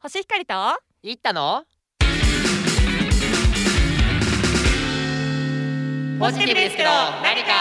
星光と行ったのポジティブですけど何か。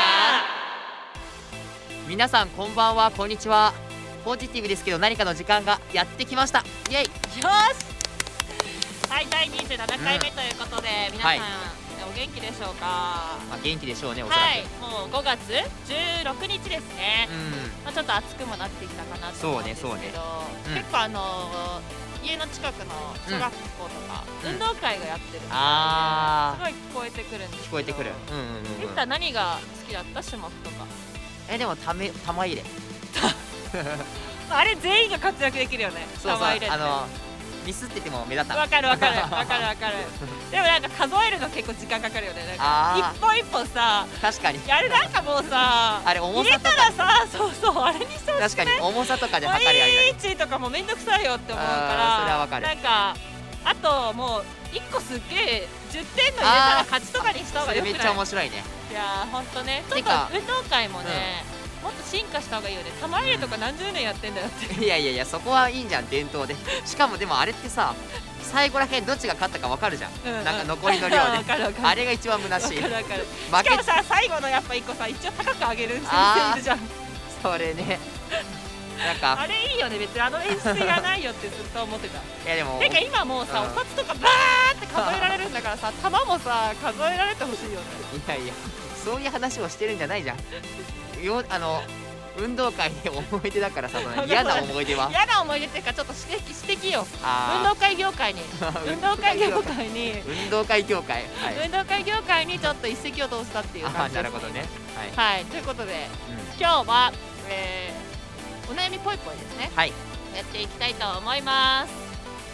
皆さんこんばんは、こんにちは。ポジティブですけど何かの時間がやってきました。イエイ。 よし。はい、第27回目ということで、皆さん、 はいお元気でしょうか。 元気でしょうね、おそらく。 はい、もう5月16日ですね。ちょっと暑くもなってきたかなと思うんですけど、 そうね結構家の近くの小学校とか、運動会がやってるみたいですごい聞こえてくるんですけど。 聞こえてくる。 いった何が好きだった種目とか。 でも玉入れあれ全員が活躍できるよね。 そう玉入れってミスってても目立たん。 わかるでもなんか数えるの結構時間かかるよね。なんか一本一本さ、 確かにあれなんかもうさ、 あれ重さとか入れたらさ、そうあれにしてほしくね。 確かに重さとかで測り合いない。 位置とかもめんどくさいよって思うから、 それはわかる。 なんかあともう1個すっげえ10点の入れたら勝ちとかにした方がよくない？ それめっちゃ面白いね。 いやーほんとね、ちょっと運動会もね、もっと進化した方がいいよね。玉入れとか何十年やってんだよって。 いやそこはいいんじゃん、伝統で。しかもでもあれってさ、最後らへんどっちが勝ったか分かるじゃん、なんか残りの量であれが一番虚しい。 しかもさ、最後のやっぱ1個さ、一応高く上げる先生いるじゃん。 それねなんかあれいいよね。別にあの演出いらないよってずっと思ってた。 いやでもてか今もうさ、お札とかバーって数えられるんだからさ、玉もさ数えられてほしいよね。 いやそういう話をしてるんじゃないじゃん。運動会で思い出だからさ、嫌な思い出は嫌な思い出っていうか、ちょっと指摘よ。運動会業界に運動会業界にちょっと一石を投じたっていう感じですね。 なるほどね。 はい、ということで今日はお悩みぽいぽいですね。 はい、 やっていきたいと思います。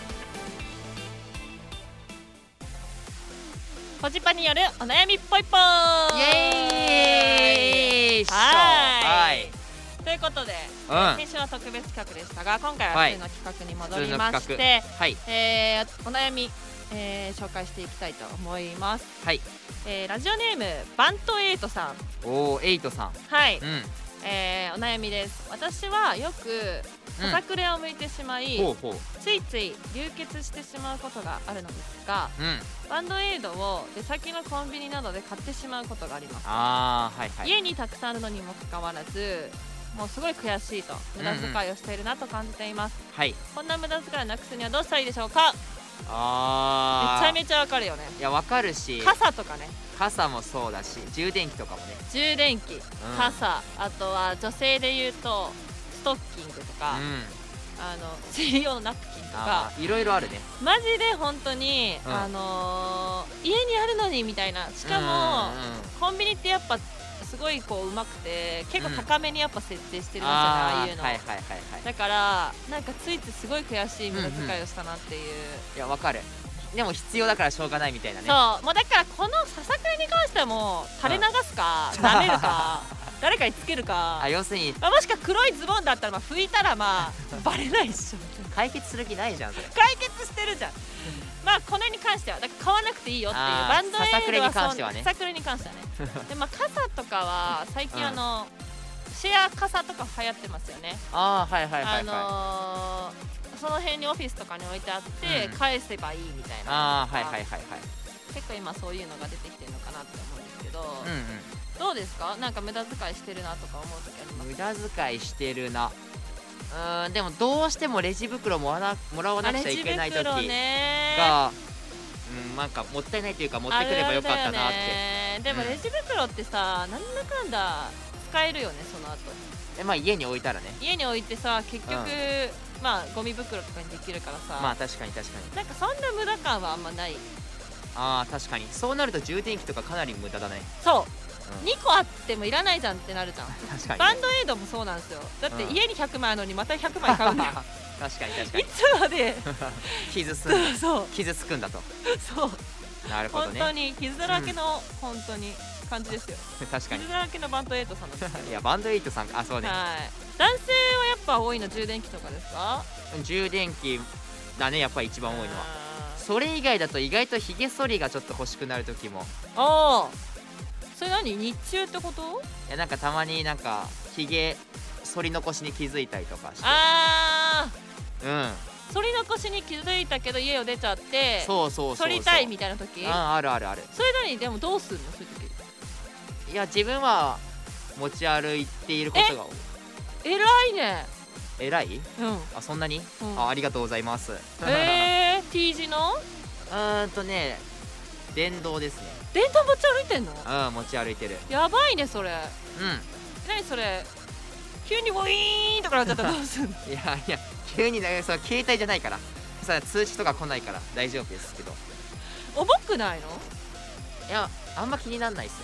ポジパによるお悩みぽいぽい。 イエーイ。 はい。ということで、先週は特別企画でしたが、今回は普通の企画に戻りまして、お悩み、紹介していきたいと思います。 はい。 ラジオネームバントエイトさん。 エイトさん。 はい。お悩みです。私はよくささくれを向いてしまい、ついつい流血してしまうことがあるのですが、バンドエイドを出先のコンビニなどで買ってしまうことがあります。家にたくさんあるのにもかかわらず、もうすごい悔しいと無駄遣いをしているなと感じています。こんな無駄遣いをなくすにはどうしたらいいでしょうか？めちゃめちゃわかるよね。 いやわかるし、 傘とかね。 傘もそうだし、充電器とかもね。 充電器、傘、あとは女性で言うとストッキングとか、生理用のナプキンとか、 いろいろあるね。 マジで本当に、家にあるのにみたいな。しかも、コンビニってやっぱすごいこううまくて、結構高めにやっぱ設定してるんですよね、ああいうの。だからなんかついついすごい悔しい無駄遣いをしたなっていう。 いやわかる。でも必要だからしょうがないみたいなね。 そう、もうだからこのささくれに関してはもう垂れ流すか舐めるか誰かにつけるか、 要するにもしくは黒いズボンだったら拭いたらバレないっしょ。 解決する気ないじゃんそれ。 解決してるじゃん。この辺に関してはだから買わなくていいよっていう。バンドエイドはささくれに関してはね。で傘とかは最近シェア傘とか流行ってますよね。その辺にオフィスとかに置いてあって返せばいいみたいな。結構今そういうのが出てきてるのかなって思うんですけど、どうですか？なんか無駄遣いしてるなとか思う時あります？ 無駄遣いしてるな。でもどうしてもレジ袋もらわなくちゃいけない時がなんかもったいないというか、持ってくればよかったなって。 でもレジ袋ってさ、なんだかんだ使えるよね、その後。 家に置いたらね。 家に置いてさ、結局ゴミ袋とかにできるからさ。 確かになんかそんな無駄感はあんまない。 確かにそうなると充電器とかかなり無駄だね。 そう、2個あってもいらないじゃんってなるじゃん。 確かに、 バンドエイドもそうなんですよ。だって家に100枚あるのにまた100枚買うんだよ。 確かにいつまで傷つくんだと。 そうなるほどね。 本当に傷だらけの本当に感じですよ。 確かに傷だらけのバンドエイトさんなんですよ。 いやバンドエイトさん、そうね。 男性はやっぱ多いの充電器とかですか？ 充電器だね、やっぱり一番多いのは。それ以外だと意外とひげ剃りがちょっと欲しくなる時も。 それ何？日中ってこと？ いやなんかたまになんかひげ剃り残しに気づいたりとかして。 反り残しに気づいたけど家を出ちゃって、 そう反りたいみたいな時、 あるあるある。 それなりにでもどうすんのそういう時？いや自分は持ち歩いていることが多い。 偉いね。 偉い？あ、そんなに？ありがとうございます。 T 字の？ 電動ですね。 電動持ち歩いてんの？ 持ち歩いてる。 やばいねそれ。何それ？急にウィーンとかなっちゃったらどうすんの？ いや急にその携帯じゃないからさ、通知とか来ないから大丈夫ですけど。 重くないの？ いやあんま気にならないですね。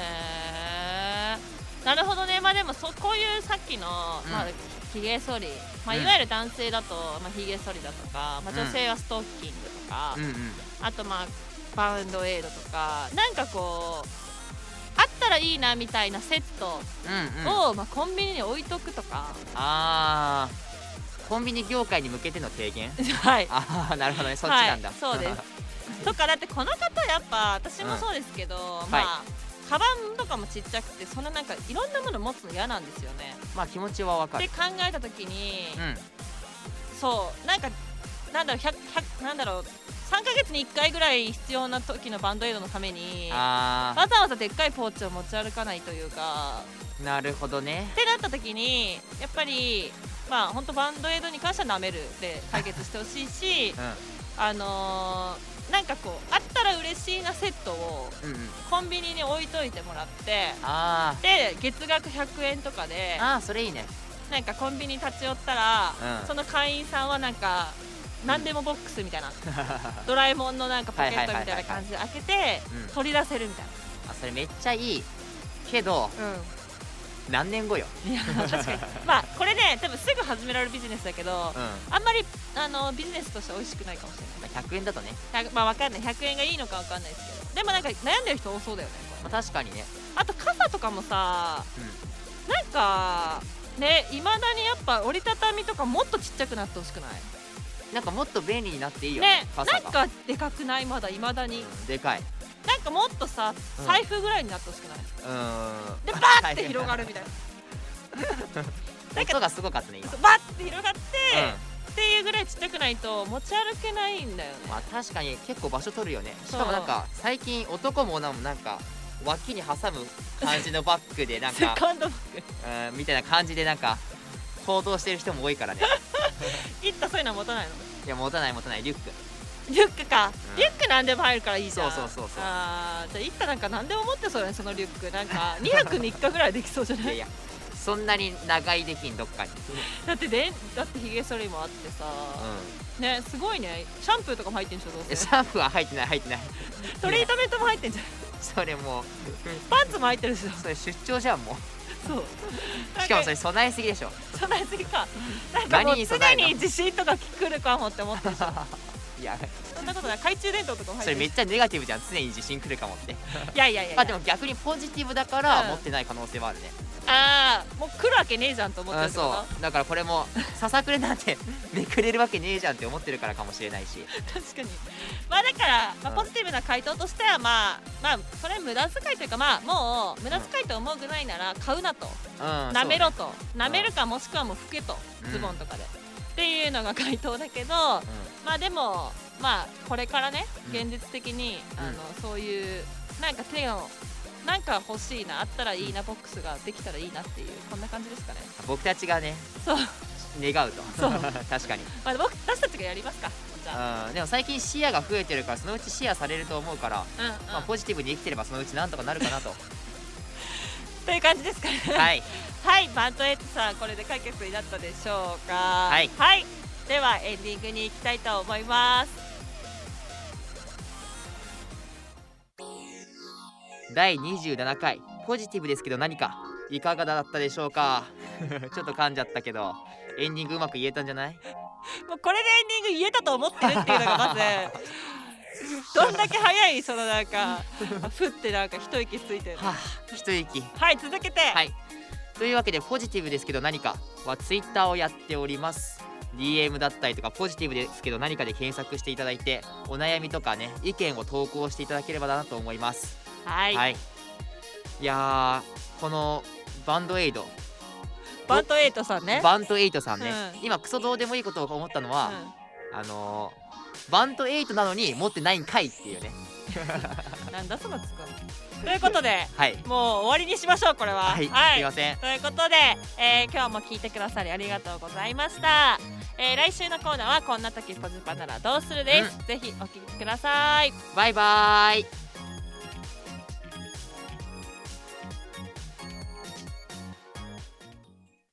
なるほどね。まあでもこういうさっきのひげ剃り、いわゆる男性だとひげ剃りだとか、女性はストッキングとか、あとバウンドエイドとか、なんかこうあったらいいなみたいなセットをコンビニに置いとくとか。 コンビニ業界に向けての提言。 はい。 なるほどね、そっちなんだ。 そうですとかだってこの方やっぱ私もそうですけど、カバンとかもちっちゃくて、そんななんかいろんなもの持つの嫌なんですよね。 気持ちはわかる。 って考えた時に、そうなんかなんだろう3ヶ月に1回ぐらい必要な時のバンドエイドのためにわざわざでっかいポーチを持ち歩かないというか。 なるほどね。 ってなった時にやっぱり本当バンドエイドに関しては舐めるで解決してほしいし、なんかこうあったら嬉しいなセットをコンビニに置いといてもらって、で月額100円とかで、 それいいね。 なんかコンビニ立ち寄ったら、その会員さんはなんか何でもボックスみたいな、ドラえもんのなんかポケットみたいな感じで開けて取り出せるみたいな。 それめっちゃいいけど、何年後よ。 いや確かにこれね多分すぐ始められるビジネスだけど、あんまりビジネスとして美味しくないかもしれない。 100円だとね、 分かんない。100円がいいのか分かんないですけど、でもなんか悩んでる人多そうだよね。 確かにね。 あと傘とかもさ、なんかね、いまだにやっぱ折りたたみとかもっとちっちゃくなってほしくない？ なんかもっと便利になっていいよね。 なんかでかくない？まだいまだにでかい。 なんかもっとさ、財布ぐらいになってほしくない？でバーって広がるみたいな。 音がすごかったね今。 バッて広がって、っていうぐらいちっちゃくないと持ち歩けないんだよね。 確かに結構場所取るよね。しかもなんか最近男も女もなんか脇に挟む感じのバッグでなんかセカンドバッグみたいな感じでなんか行動してる人も多いからね。 いったそういうのは持たないの？ いや持たないリュック。 リュックか、リュックなんでも入るからいいじゃん。 そうじゃあいったなんか何でも持ってそうね、そのリュック。なんか2泊3日ぐらいできそうじゃない？ いやそんなに長いできんどっかに。 だってヒゲ剃りもあってさ、ね、すごいね。シャンプーとかも入ってんでしょ？どうせシャンプーは入ってないトリートメントも入ってんじゃん。 それもうパンツも入ってるでしょ。それ出張じゃんもう。 そうしかもそれ備えすぎでしょ。 備えすぎか。なんかもう常に地震とか来るかもって思ってるでしょ。 いやそんなことない。懐中電灯とかも入ってる。 それめっちゃネガティブじゃん。常に地震来るかもって。 いやでも逆にポジティブだから持ってない可能性はあるね。 もう来るわけねえじゃんと思ってるってこと？ そうだからこれもささくれなんてめくれるわけねえじゃんって思ってるからかもしれないし。 確かに。だからポジティブな回答としてはそれ無駄遣いというか、もう無駄遣いと思うぐらいなら買うなと、なめろと、なめるかもしくはもう拭けと、ズボンとかでっていうのが回答だけど、でもこれからね現実的にそういうなんか手のなんか欲しいな、あったらいいなボックスができたらいいなっていう、こんな感じですかね。 僕たちがね願うと。確かに。 私たちがやりますか。 でも最近視野が増えてるからそのうちシェアされると思うから、ポジティブに生きてればそのうちなんとかなるかなと。 という感じですかね。 はいバンドエイトさんこれで解決になったでしょうか。 はい、 ではエンディングに行きたいと思います。 第27回ポジティブですけど何かいかがだったでしょうか。ちょっと噛んじゃったけどエンディングうまく言えたんじゃない？ もうこれでエンディング言えたと思ってるっていうのがまずどんだけ早いそのなんかふってなんか一息ついてる。 一息。 続けて。 というわけでポジティブですけど何かはツイッターをやっております。DM だったりとかポジティブですけど何かで検索していただいてお悩みとかね意見を投稿していただければなと思います。いやこのバンドエイトさんね、 バンドエイトさんね、 今クソどうでもいいことを思ったのは、 バンド8なのに持ってないんかいっていうねなんだそのツッコミということで、 はい、 もう終わりにしましょうこれは。 はい、はい、すいません。 ということで、今日も聞いてくださりありがとうございました。来週のコーナーはこんな時ポジパならどうするです、ぜひお聞きください。 バイバーイ。